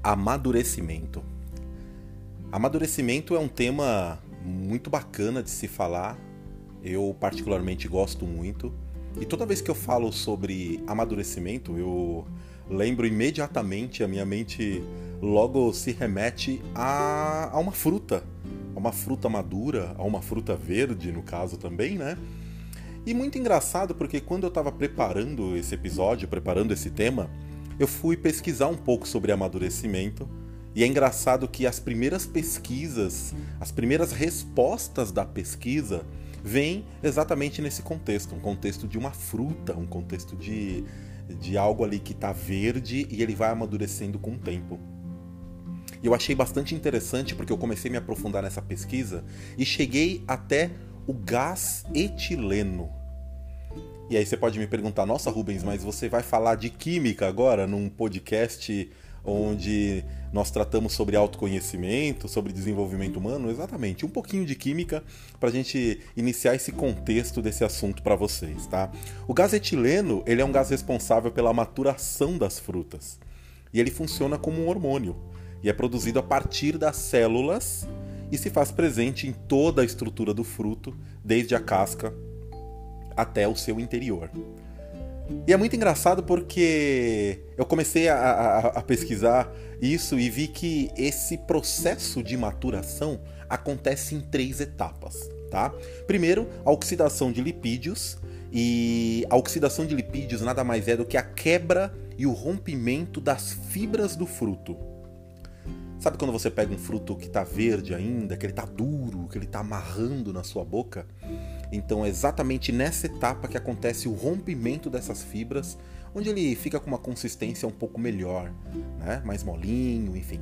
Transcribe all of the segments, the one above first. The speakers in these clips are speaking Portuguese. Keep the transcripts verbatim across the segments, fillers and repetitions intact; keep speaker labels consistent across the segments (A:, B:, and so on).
A: Amadurecimento. Amadurecimento é um tema muito bacana de se falar. Eu particularmente gosto muito. E toda vez que eu falo sobre amadurecimento, eu lembro imediatamente, a minha mente logo se remete a, a uma fruta. A uma fruta madura, a uma fruta verde, no caso também, né? E muito engraçado porque quando eu estava preparando esse episódio, preparando esse tema, eu fui pesquisar um pouco sobre amadurecimento. E é engraçado que as primeiras pesquisas, as primeiras respostas da pesquisa vêm exatamente nesse contexto. Um contexto de uma fruta, um contexto de, de algo ali que está verde e ele vai amadurecendo com o tempo. E eu achei bastante interessante porque eu comecei a me aprofundar nessa pesquisa e cheguei até o gás etileno. E aí você pode me perguntar, nossa Rubens, mas você vai falar de química agora num podcast onde nós tratamos sobre autoconhecimento, sobre desenvolvimento humano? Exatamente, um pouquinho de química para a gente iniciar esse contexto desse assunto para vocês, tá? O gás etileno, ele é um gás responsável pela maturação das frutas e ele funciona como um hormônio e é produzido a partir das células e se faz presente em toda a estrutura do fruto, desde a casca até o seu interior. E é muito engraçado porque eu comecei a, a, a pesquisar isso e vi que esse processo de maturação acontece em três etapas, tá? Primeiro, a oxidação de lipídios, e a oxidação de lipídios nada mais é do que a quebra e o rompimento das fibras do fruto. Sabe quando você pega um fruto que está verde ainda, que ele está duro, que ele está amarrando na sua boca? Então é exatamente nessa etapa que acontece o rompimento dessas fibras, onde ele fica com uma consistência um pouco melhor, né? Mais molinho, enfim.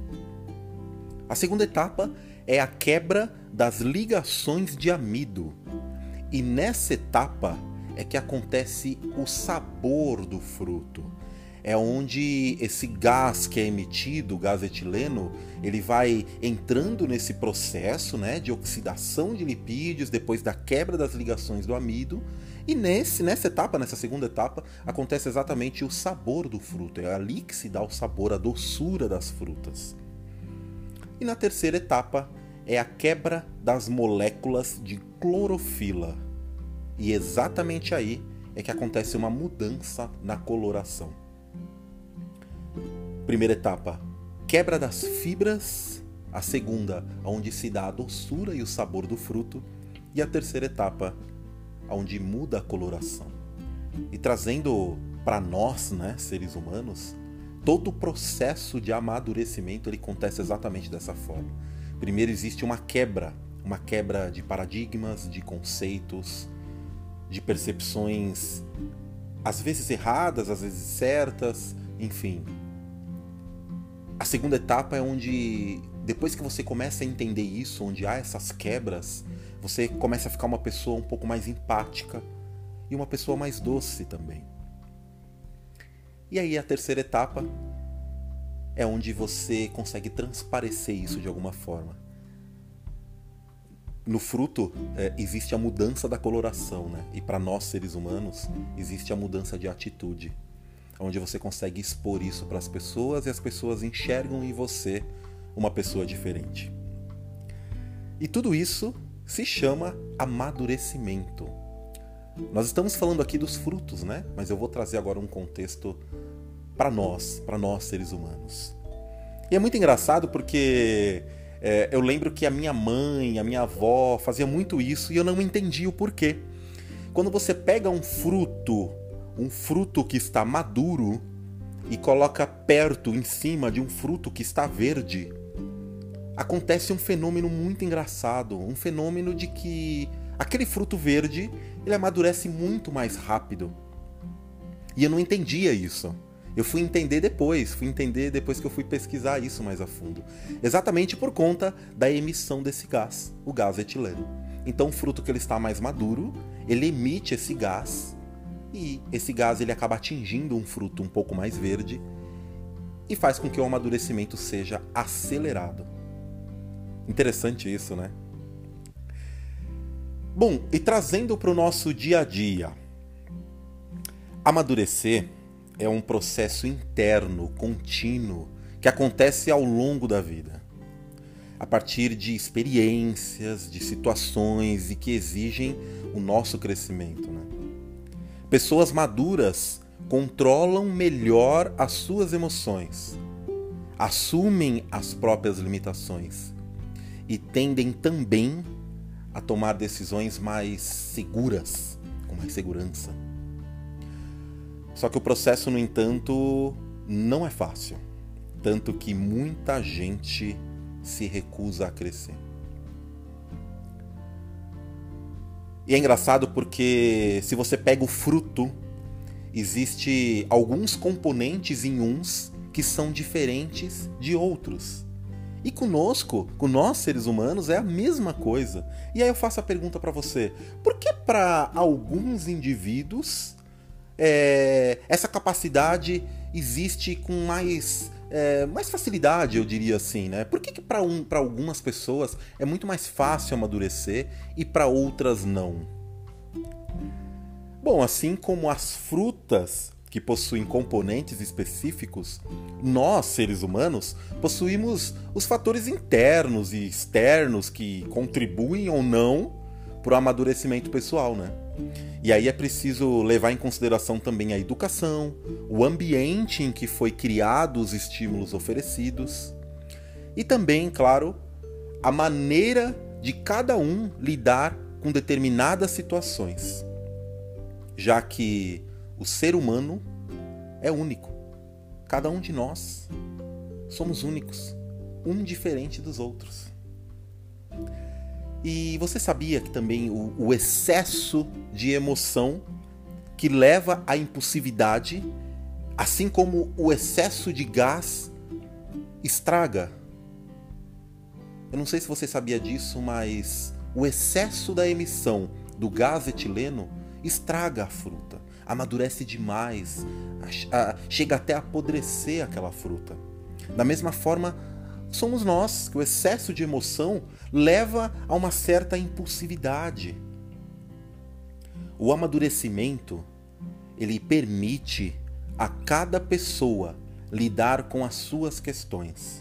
A: A segunda etapa é a quebra das ligações de amido. E nessa etapa é que acontece o sabor do fruto. É onde esse gás que é emitido, o gás etileno, ele vai entrando nesse processo, né, de oxidação de lipídios, depois da quebra das ligações do amido. E nesse, nessa etapa, nessa segunda etapa, acontece exatamente o sabor do fruto. É ali que se dá o sabor, a doçura das frutas. E na terceira etapa é a quebra das moléculas de clorofila. E exatamente aí é que acontece uma mudança na coloração. Primeira etapa, quebra das fibras. A segunda, onde se dá a doçura e o sabor do fruto. E a terceira etapa, onde muda a coloração. E trazendo para nós, né, seres humanos, todo o processo de amadurecimento ele acontece exatamente dessa forma. Primeiro existe uma quebra, uma quebra de paradigmas, de conceitos, de percepções, às vezes erradas, às vezes certas, enfim. A segunda etapa é onde, depois que você começa a entender isso, onde há essas quebras, você começa a ficar uma pessoa um pouco mais empática e uma pessoa mais doce também. E aí a terceira etapa é onde você consegue transparecer isso de alguma forma. No fruto é, existe a mudança da coloração, né? E para nós seres humanos existe a mudança de atitude, onde você consegue expor isso para as pessoas e as pessoas enxergam em você uma pessoa diferente. E tudo isso se chama amadurecimento. Nós estamos falando aqui dos frutos, né? Mas eu vou trazer agora um contexto para nós, para nós seres humanos. E é muito engraçado porque é, eu lembro que a minha mãe, a minha avó fazia muito isso e eu não entendia o porquê. Quando você pega um fruto, um fruto que está maduro e coloca perto, em cima de um fruto que está verde, acontece um fenômeno muito engraçado, um fenômeno de que aquele fruto verde, ele amadurece muito mais rápido. E eu não entendia isso. Eu fui entender depois, fui entender depois que eu fui pesquisar isso mais a fundo. Exatamente por conta da emissão desse gás, o gás etileno. Então o fruto que ele está mais maduro, ele emite esse gás, e esse gás ele acaba atingindo um fruto um pouco mais verde e faz com que o amadurecimento seja acelerado. Interessante isso, né? Bom, e trazendo para o nosso dia a dia, amadurecer é um processo interno, contínuo, que acontece ao longo da vida, a partir de experiências, de situações e que exigem o nosso crescimento, né? Pessoas maduras controlam melhor as suas emoções, assumem as próprias limitações e tendem também a tomar decisões mais seguras, com mais segurança. Só que o processo, no entanto, não é fácil, tanto que muita gente se recusa a crescer. E é engraçado porque se você pega o fruto, existe alguns componentes em uns que são diferentes de outros. E conosco, com nós seres humanos, é a mesma coisa. E aí eu faço a pergunta para você: por que para alguns indivíduos é, essa capacidade existe com mais, é, mais facilidade, eu diria assim, né? Por que, que para um, para algumas pessoas é muito mais fácil amadurecer e para outras não? Bom, assim como as frutas que possuem componentes específicos, nós, seres humanos, possuímos os fatores internos e externos que contribuem ou não para o amadurecimento pessoal, né? E aí é preciso levar em consideração também a educação, o ambiente em que foi criado os estímulos oferecidos e também, claro, a maneira de cada um lidar com determinadas situações, já que o ser humano é único. Cada um de nós somos únicos, um diferente dos outros. E você sabia que também o, o excesso de emoção que leva à impulsividade, assim como o excesso de gás, estraga? Eu não sei se você sabia disso, mas o excesso da emissão do gás etileno estraga a fruta, amadurece demais, a, a, chega até a apodrecer aquela fruta. Da mesma forma, somos nós, que o excesso de emoção leva a uma certa impulsividade. O amadurecimento, ele permite a cada pessoa lidar com as suas questões.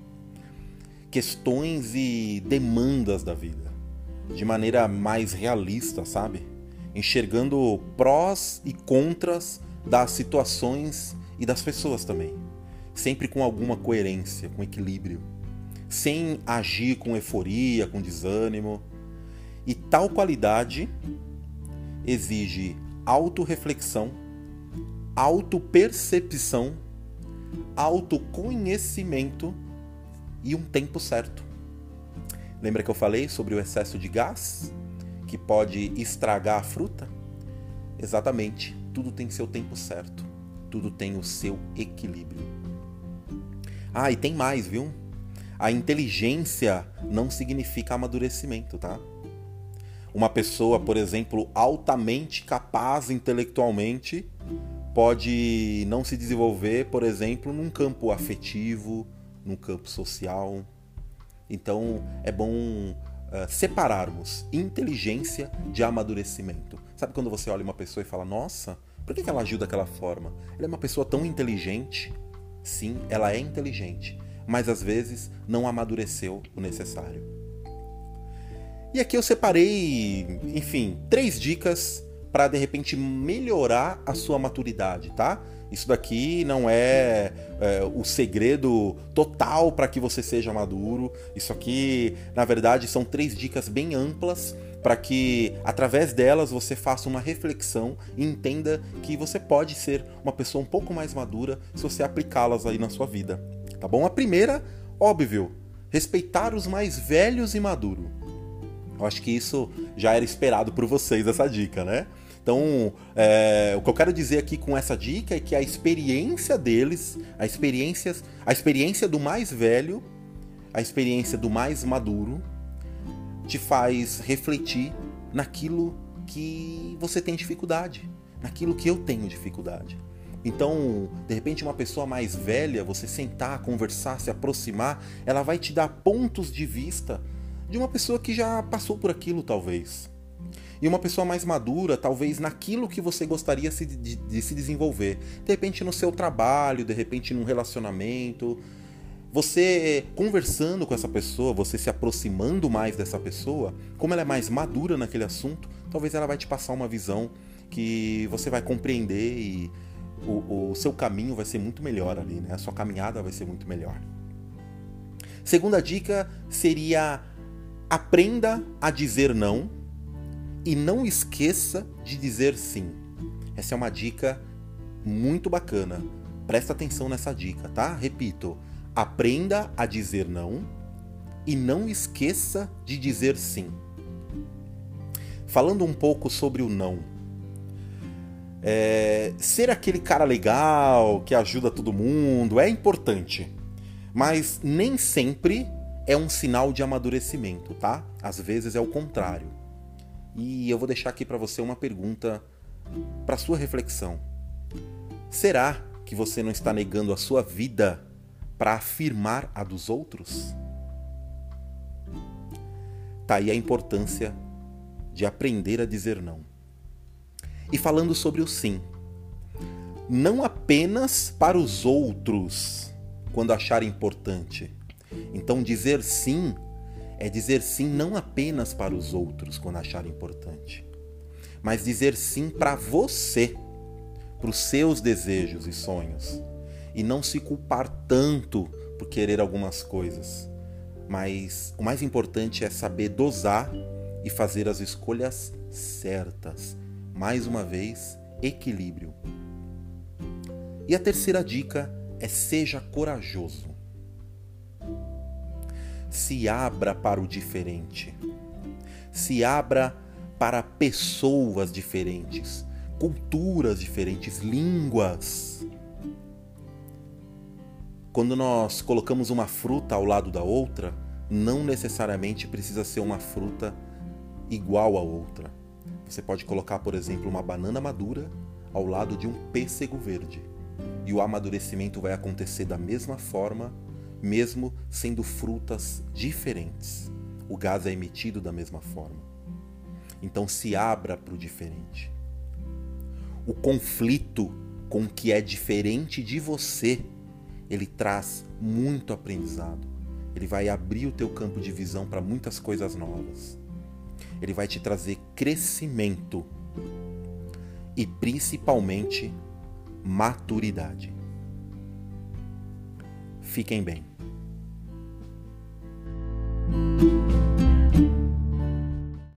A: Questões e demandas da vida, de maneira mais realista, sabe? Enxergando prós e contras das situações e das pessoas também. Sempre com alguma coerência, com equilíbrio. Sem agir com euforia, com desânimo. E tal qualidade exige autorreflexão, autopercepção, autoconhecimento e um tempo certo. Lembra que eu falei sobre o excesso de gás que pode estragar a fruta? Exatamente, tudo tem seu tempo certo, tudo tem o seu equilíbrio. Ah, e tem mais, viu? A inteligência não significa amadurecimento, tá? Uma pessoa, por exemplo, altamente capaz intelectualmente pode não se desenvolver, por exemplo, num campo afetivo, num campo social. Então, é bom uh, separarmos inteligência de amadurecimento. Sabe quando você olha uma pessoa e fala: nossa, por que ela agiu daquela forma? Ela é uma pessoa tão inteligente. Sim, ela é inteligente, mas às vezes não amadureceu o necessário. E aqui eu separei, enfim, três dicas para de repente melhorar a sua maturidade, tá? Isso daqui não é, é o segredo total para que você seja maduro. Isso aqui, na verdade, são três dicas bem amplas para que, através delas, você faça uma reflexão e entenda que você pode ser uma pessoa um pouco mais madura se você aplicá-las aí na sua vida, tá bom? A primeira, óbvio, respeitar os mais velhos e maduros. Eu acho que isso já era esperado por vocês, essa dica, né? Então, é, o que eu quero dizer aqui com essa dica é que a experiência deles, a experiência, a experiência do mais velho, a experiência do mais maduro, te faz refletir naquilo que você tem dificuldade, naquilo que eu tenho dificuldade. Então, de repente, uma pessoa mais velha, você sentar, conversar, se aproximar, ela vai te dar pontos de vista de uma pessoa que já passou por aquilo, talvez. E uma pessoa mais madura, talvez naquilo que você gostaria de, de, de se desenvolver. De repente no seu trabalho, de repente num relacionamento. Você conversando com essa pessoa, você se aproximando mais dessa pessoa, como ela é mais madura naquele assunto, talvez ela vai te passar uma visão que você vai compreender e o, o seu caminho vai ser muito melhor ali, né? A sua caminhada vai ser muito melhor. Segunda dica seria: aprenda a dizer não e não esqueça de dizer sim. Essa é uma dica muito bacana. Presta atenção nessa dica, tá? Repito, aprenda a dizer não e não esqueça de dizer sim. Falando um pouco sobre o não. É, ser aquele cara legal, que ajuda todo mundo, é importante. Mas nem sempre é um sinal de amadurecimento, tá? Às vezes é o contrário. E eu vou deixar aqui para você uma pergunta para sua reflexão. Será que você não está negando a sua vida para afirmar a dos outros? Tá aí a importância de aprender a dizer não. E falando sobre o sim. Não apenas para os outros, quando acharem importante. Então dizer sim é dizer sim não apenas para os outros quando acharem importante, mas dizer sim para você, para os seus desejos e sonhos. E não se culpar tanto por querer algumas coisas. Mas o mais importante é saber dosar e fazer as escolhas certas. Mais uma vez, equilíbrio. E a terceira dica é: seja corajoso. Se abra para o diferente. Se abra para pessoas diferentes, culturas diferentes, línguas. Quando nós colocamos uma fruta ao lado da outra, não necessariamente precisa ser uma fruta igual à outra. Você pode colocar, por exemplo, uma banana madura ao lado de um pêssego verde. E o amadurecimento vai acontecer da mesma forma, mesmo sendo frutas diferentes. O gás é emitido da mesma forma. Então se abra para o diferente. O conflito com o que é diferente de você, ele traz muito aprendizado. Ele vai abrir o teu campo de visão para muitas coisas novas. Ele vai te trazer crescimento e principalmente maturidade. Fiquem bem.